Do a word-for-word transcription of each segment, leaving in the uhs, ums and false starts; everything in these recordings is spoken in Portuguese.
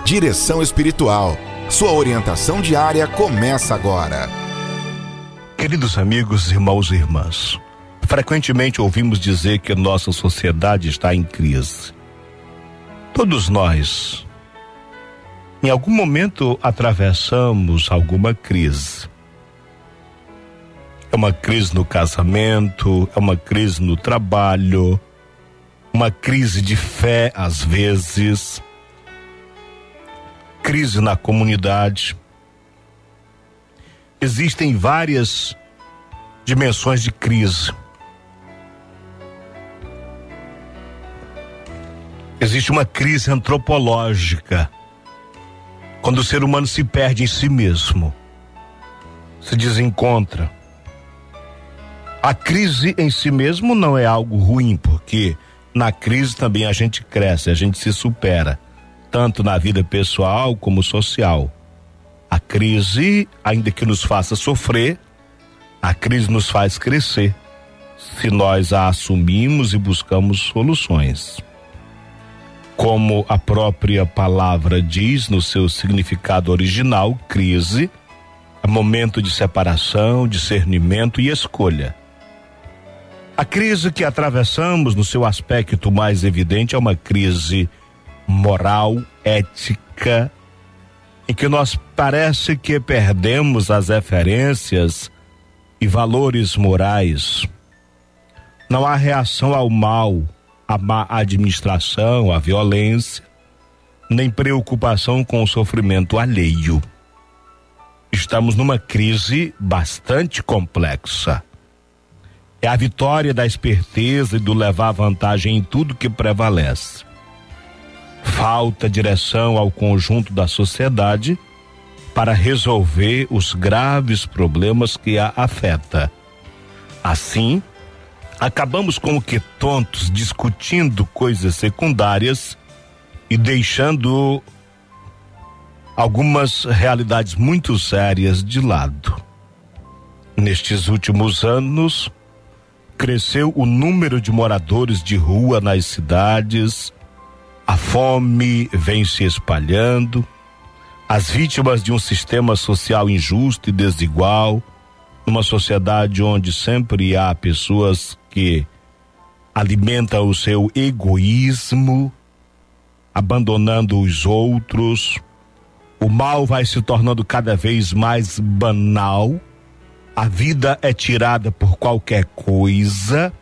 Direção Espiritual. Sua orientação diária começa agora. Queridos amigos, irmãos e irmãs, frequentemente ouvimos dizer que nossa sociedade está em crise. Todos nós, em algum momento, atravessamos alguma crise. É uma crise no casamento, é uma crise no trabalho, uma crise de fé às vezes, crise na comunidade. Existem várias dimensões de crise. Existe uma crise antropológica, quando o ser humano se perde em si mesmo, se desencontra. A crise em si mesmo não é algo ruim, porque na crise também a gente cresce, a gente se supera, tanto na vida pessoal como social. A crise, ainda que nos faça sofrer, a crise nos faz crescer, se nós a assumimos e buscamos soluções. Como a própria palavra diz no seu significado original, crise é momento de separação, discernimento e escolha. A crise que atravessamos no seu aspecto mais evidente é uma crise moral, ética, em que nós parece que perdemos as referências e valores morais. Não há reação ao mal, à má administração, à violência, nem preocupação com o sofrimento alheio. Estamos numa crise bastante complexa. É a vitória da esperteza e do levar vantagem em tudo que prevalece. Falta direção ao conjunto da sociedade para resolver os graves problemas que a afeta. Assim, acabamos como que tontos discutindo coisas secundárias e deixando algumas realidades muito sérias de lado. Nestes últimos anos, cresceu o número de moradores de rua nas cidades, a fome vem se espalhando, as vítimas de um sistema social injusto e desigual, numa sociedade onde sempre há pessoas que alimentam o seu egoísmo, abandonando os outros. O mal vai se tornando cada vez mais banal, a vida é tirada por qualquer coisa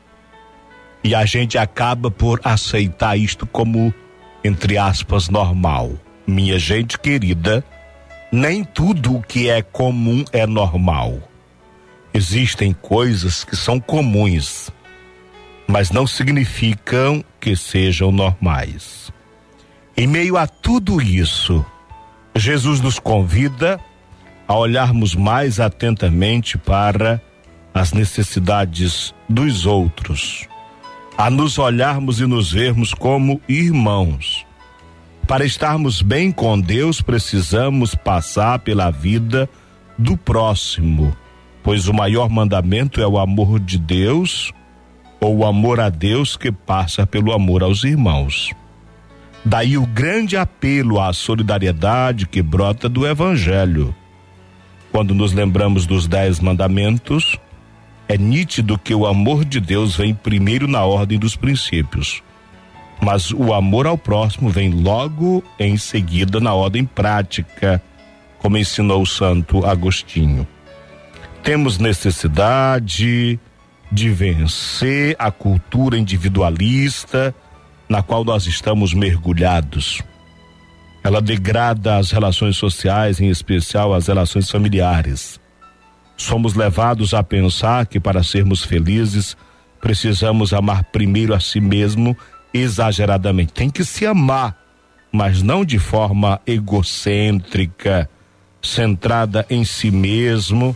e a gente acaba por aceitar isto como, entre aspas, normal. Minha gente querida, nem tudo o que é comum é normal. Existem coisas que são comuns, mas não significam que sejam normais. Em meio a tudo isso, Jesus nos convida a olharmos mais atentamente para as necessidades dos outros, a nos olharmos e nos vermos como irmãos. Para estarmos bem com Deus, precisamos passar pela vida do próximo, pois o maior mandamento é o amor de Deus, ou o amor a Deus que passa pelo amor aos irmãos. Daí o grande apelo à solidariedade que brota do Evangelho. Quando nos lembramos dos dez mandamentos, é nítido que o amor de Deus vem primeiro na ordem dos princípios, mas o amor ao próximo vem logo em seguida na ordem prática, como ensinou o Santo Agostinho. Temos necessidade de vencer a cultura individualista na qual nós estamos mergulhados. Ela degrada as relações sociais, em especial as relações familiares. Somos levados a pensar que para sermos felizes precisamos amar primeiro a si mesmo exageradamente. Tem que se amar, mas não de forma egocêntrica, centrada em si mesmo.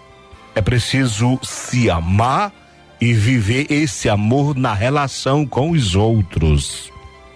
É preciso se amar e viver esse amor na relação com os outros.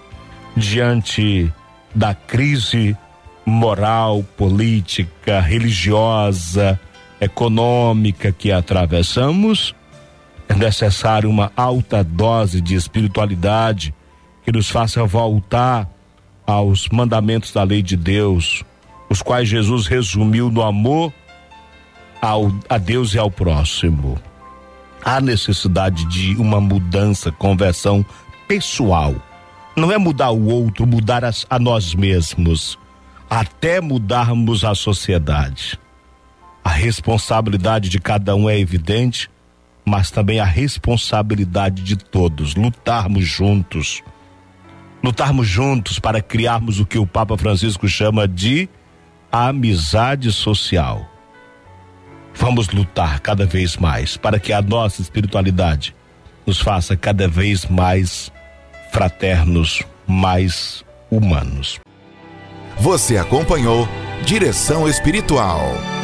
Diante da crise moral, política, religiosa, econômica que atravessamos, é necessário uma alta dose de espiritualidade que nos faça voltar aos mandamentos da lei de Deus, os quais Jesus resumiu no amor ao, a Deus e ao próximo. Há necessidade de uma mudança, conversão pessoal. Não é mudar o outro, mudar as, a nós mesmos, até mudarmos a sociedade. A responsabilidade de cada um é evidente, mas também a responsabilidade de todos, lutarmos juntos. Lutarmos juntos para criarmos o que o Papa Francisco chama de amizade social. Vamos lutar cada vez mais para que a nossa espiritualidade nos faça cada vez mais fraternos, mais humanos. Você acompanhou Direção Espiritual.